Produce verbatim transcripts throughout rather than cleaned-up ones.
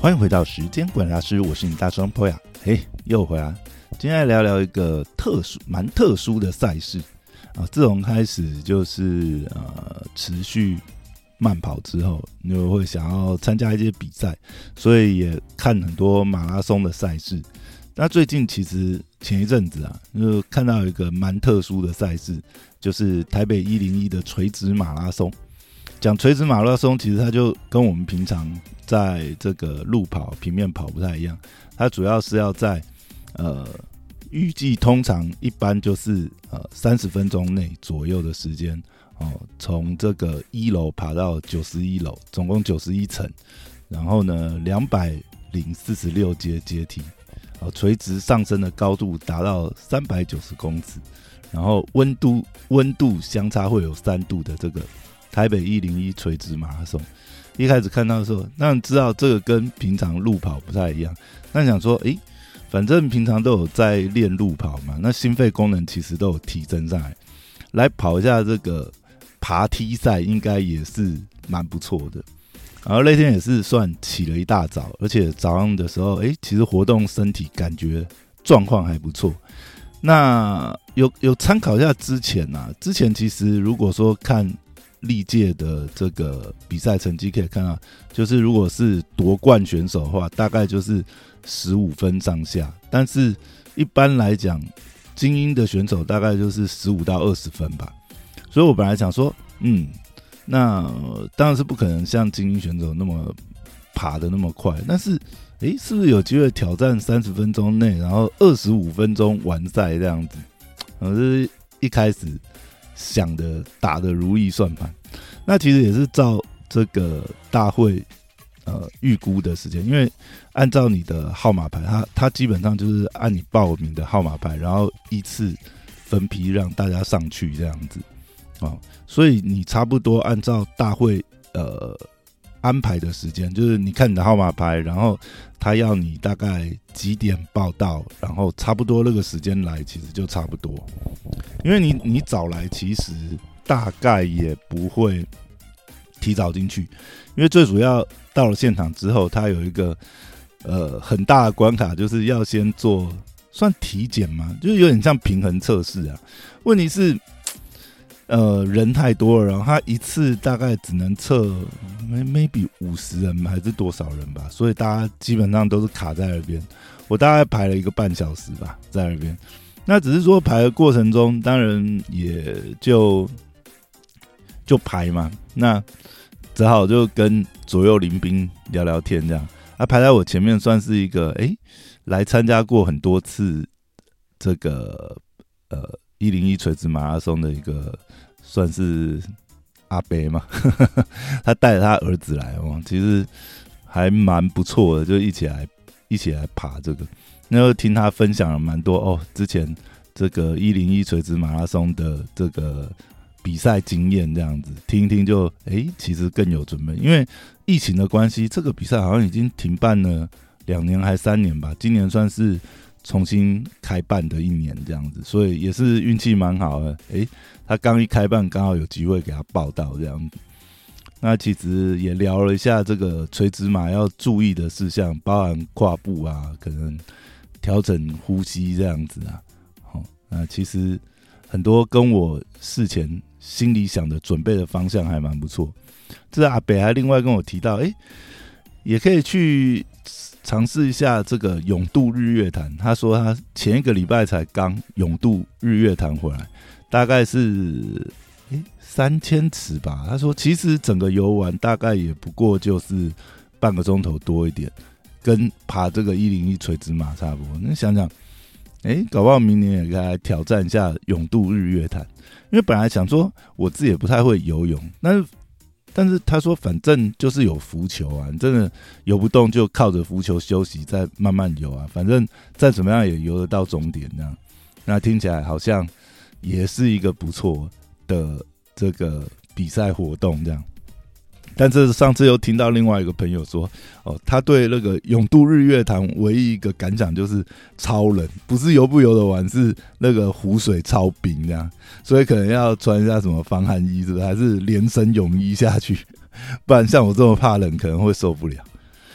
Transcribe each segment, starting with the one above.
欢迎回到时间管理大师，我是你大双 Poya， 嘿，又回来。今天来聊聊一个特殊、蛮特殊的赛事啊。自从开始就是呃持续慢跑之后，你就会想要参加一些比赛，所以也看很多马拉松的赛事。那最近其实前一阵子啊，就看到一个蛮特殊的赛事，就是台北一零一的垂直马拉松。讲垂直马拉松，其实它就跟我们平常在这个路跑、平面跑不太一样，它主要是要在呃预计通常一般就是呃三十分钟内左右的时间哦，从这个一楼爬到九十一楼，总共九十一层，然后呢两百零四十六阶阶梯，哦，垂直上升的高度达到三百九十公尺，然后温度温度相差会有三度的这个台北一零一垂直马拉松。一开始看到的时候，当然知道这个跟平常路跑不太一样，但想说，诶，反正平常都有在练路跑嘛，那心肺功能其实都有提升上来，来跑一下这个爬梯赛，应该也是蛮不错的。然后那天也是算起了一大早，而且早上的时候，诶，其实活动身体感觉状况还不错。那有有参考一下之前啊，之前其实如果说看历届的这个比赛成绩可以看到，就是如果是夺冠选手的话，大概就是十五分上下，但是一般来讲，精英的选手大概就是十五到二十分吧。所以我本来想说，嗯，那、呃、当然是不可能像精英选手那么爬得那么快，但是，诶，是不是有机会挑战三十分钟内，然后二十五分钟完赛这样子？我是一开始想的打的如意算盘，那其实也是照这个大会呃预估的时间，因为按照你的号码牌，它它基本上就是按你报名的号码牌，然后依次分批让大家上去这样子哦，所以你差不多按照大会呃安排的时间，就是你看你的号码牌，然后他要你大概几点报到，然后差不多那个时间来，其实就差不多。因为你你早来，其实大概也不会提早进去，因为最主要到了现场之后，它有一个呃很大的关卡，就是要先做算体检嘛，就是有点像平衡测试啊。问题是，呃，人太多了，然后他一次大概只能测 maybe 五十人还是多少人吧，所以大家基本上都是卡在那边。我大概排了一个半小时吧，在那边。那只是说排的过程中，当然也就就排嘛，那只好就跟左右邻兵聊聊天这样。啊，排在我前面算是一个哎、欸，来参加过很多次这个呃一零一垂直马拉松的一个算是阿伯嘛，他带着他儿子来哦，其实还蛮不错的，就一起来一起来爬这个。那就听他分享了蛮多哦，之前这个一零一垂直马拉松的这个比赛经验这样子，听一听就诶，其实更有准备。因为疫情的关系，这个比赛好像已经停办了两年还三年吧，今年算是重新开办的一年这样子，所以也是运气蛮好的。诶，他刚一开办，刚好有机会给他报到这样子。那其实也聊了一下这个垂直马要注意的事项，包含跨步啊，可能调整呼吸这样子啊。好，那其实很多跟我事前心里想的准备的方向还蛮不错。这阿北还另外跟我提到，诶，也可以去尝试一下这个泳渡日月潭。他说他前一个礼拜才刚泳渡日月潭回来，大概是诶三千尺吧。他说其实整个游玩大概也不过就是半个钟头多一点，跟爬这个一零一垂直马差不多。那想想，诶，搞不好明年也可以来挑战一下泳渡日月潭。因为本来想说我自己也不太会游泳，但是但是他说反正就是有浮球啊，你真的游不动就靠着浮球休息，再慢慢游啊，反正再怎么样也游得到终点这样。那听起来好像也是一个不错的这个比赛活动这样。但是上次又听到另外一个朋友说，哦，他对那个泳渡日月潭唯一一个感想就是超冷，不是游不游得完，是那个湖水超冰这样，所以可能要穿一下什么防寒衣，是不是？还是连身泳衣下去，不然像我这么怕冷可能会受不了。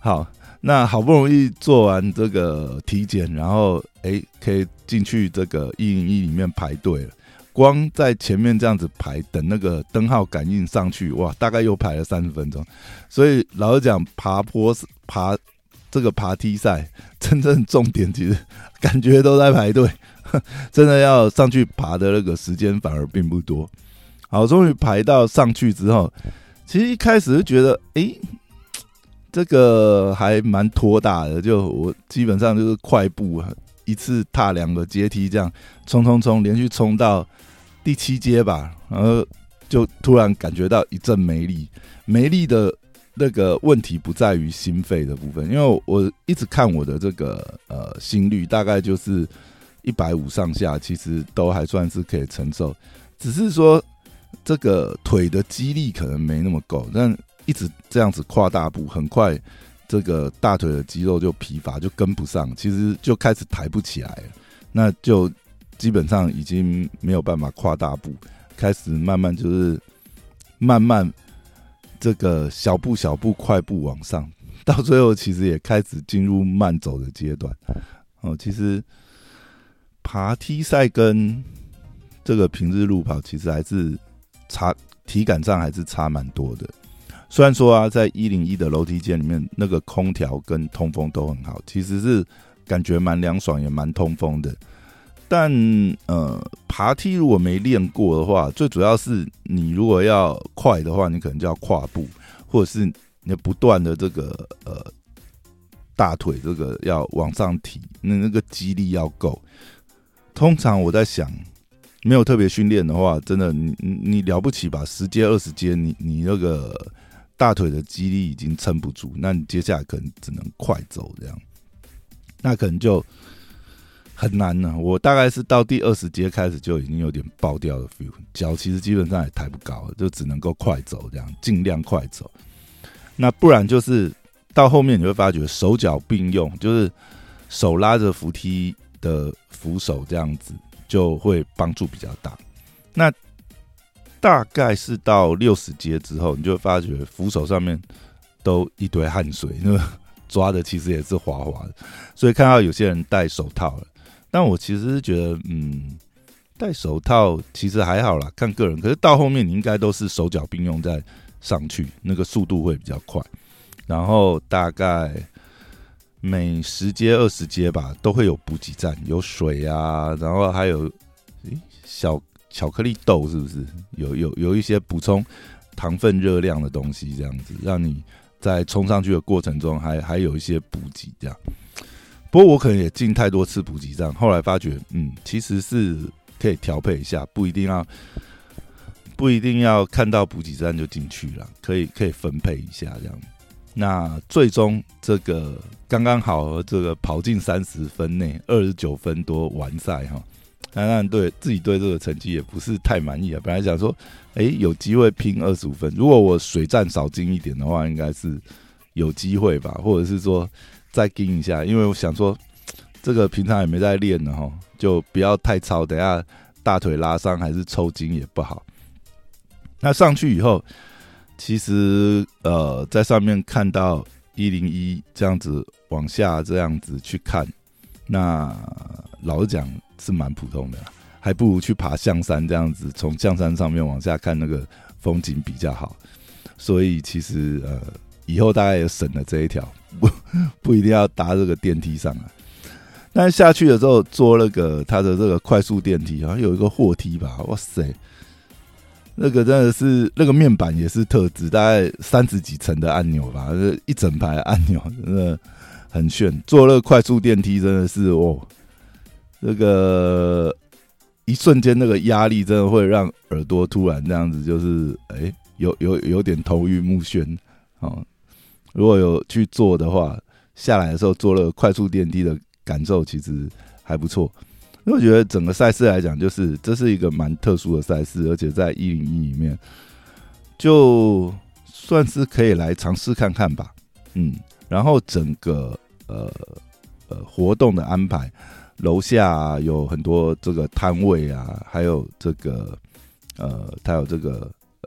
好，那好不容易做完这个体检，然后哎，可以进去这个一零一里面排队了。光在前面这样子排，等那个灯号感应上去，哇，大概又排了三十分钟。所以老实讲，爬坡爬这个爬梯赛，真正重点其实感觉都在排队，真的要上去爬的那个时间反而并不多。好，终于排到上去之后，其实一开始就觉得，哎，这个还蛮拖大的，就我基本上就是快步，一次踏两个阶梯，这样冲冲冲，连续冲到第七阶吧，然后就突然感觉到一阵没力。没力的那个问题不在于心肺的部分，因为我一直看我的这个呃心率，大概就是一百五上下，其实都还算是可以承受，只是说这个腿的肌力可能没那么够，但一直这样子跨大步，很快这个大腿的肌肉就疲乏，就跟不上，其实就开始抬不起来了，那就基本上已经没有办法跨大步，开始慢慢就是慢慢这个小步小步快步往上，到最后其实也开始进入慢走的阶段。哦，其实爬梯赛跟这个平日路跑其实还是差，体感上还是差蛮多的。虽然说啊，在一零一的楼梯间里面，那个空调跟通风都很好，其实是感觉蛮凉爽，也蛮通风的。但呃，爬梯如果没练过的话，最主要是你如果要快的话，你可能就要跨步，或者是你不断的这个呃大腿这个要往上提，那那个肌力要够。通常我在想，没有特别训练的话，真的你你了不起吧，十阶二十阶，你你那个大腿的肌力已经撑不住，那你接下来可能只能快走这样，那可能就很难了。我大概是到第二十阶开始就已经有点爆掉的 feel， 脚其实基本上也抬不高了，就只能够快走这样，尽量快走。那不然就是到后面你会发觉手脚并用，就是手拉着扶梯的扶手这样子，就会帮助比较大。那大概是到六十阶之后，你就会发觉扶手上面都一堆汗水，因为抓的其实也是滑滑的，所以看到有些人戴手套了。但我其实是觉得，嗯，戴手套其实还好啦，看个人。可是到后面你应该都是手脚并用再上去，那个速度会比较快。然后大概每十阶二十阶吧，都会有补给站，有水啊，然后还有诶小巧克力豆，是不是有有有一些补充糖分热量的东西，这样子让你在冲上去的过程中还还有一些补给这样。不过我可能也进太多次补给站，后来发觉，嗯，其实是可以调配一下，不一定要不一定要看到补给站就进去了，可以可以分配一下这样。那最终这个刚刚好，这个跑进三十分内，二十九分多完赛哈。当然对自己对这个成绩也不是太满意啊。本来想说，哎，有机会拼二十五分，如果我水站少进一点的话，应该是有机会吧，或者是说再盯一下，因为我想说这个平常也没在练呢哈，就不要太操，等一下大腿拉伤还是抽筋也不好。那上去以后，其实呃在上面看到一零一这样子往下这样子去看，那老实讲是蛮普通的啦，还不如去爬象山这样子，从象山上面往下看那个风景比较好。所以其实呃以后大概也省了这一条，不不一定要搭这个电梯上来。但是下去的时候坐那个它的这个快速电梯，好像有一个货梯吧，哇塞，那个真的是那个面板也是特制，大概三十几层的按钮吧，一整排按钮真的很炫。坐那个快速电梯真的是哦，这个一瞬间那个压力真的会让耳朵突然这样子，就是哎有有有点头晕目眩哦。如果有去坐的话，下来的时候坐了快速电梯的感受其实还不错。因为我觉得整个赛事来讲，就是这是一个蛮特殊的赛事，而且在一零一里面，就算是可以来尝试看看吧。嗯，然后整个呃呃活动的安排，楼下、啊、有很多这个摊位啊，还有这个呃，它有这个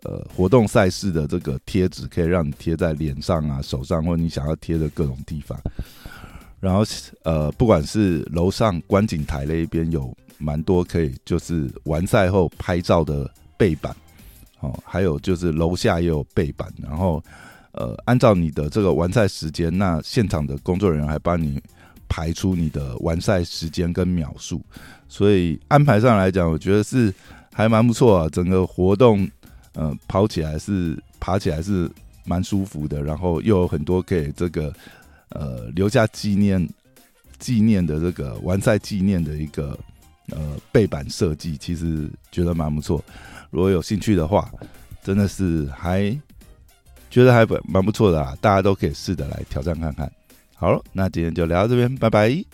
呃活动赛事的这个贴纸，可以让你贴在脸上啊、手上，或者你想要贴的各种地方。然后呃，不管是楼上观景台那一边有蛮多可以就是完赛后拍照的背板，哦，还有就是楼下也有背板，然后呃，按照你的这个完赛时间，那现场的工作人员还帮你排出你的完赛时间跟秒数，所以安排上来讲，我觉得是还蛮不错啊。整个活动，呃，跑起来是爬起来是蛮舒服的，然后又有很多可以这个呃留下纪念纪念的这个完赛纪念的一个呃背板设计，其实觉得蛮不错。如果有兴趣的话，真的是还。觉得还蛮不错的啦，大家都可以试着来挑战看看。好了，那今天就聊到这边，拜拜。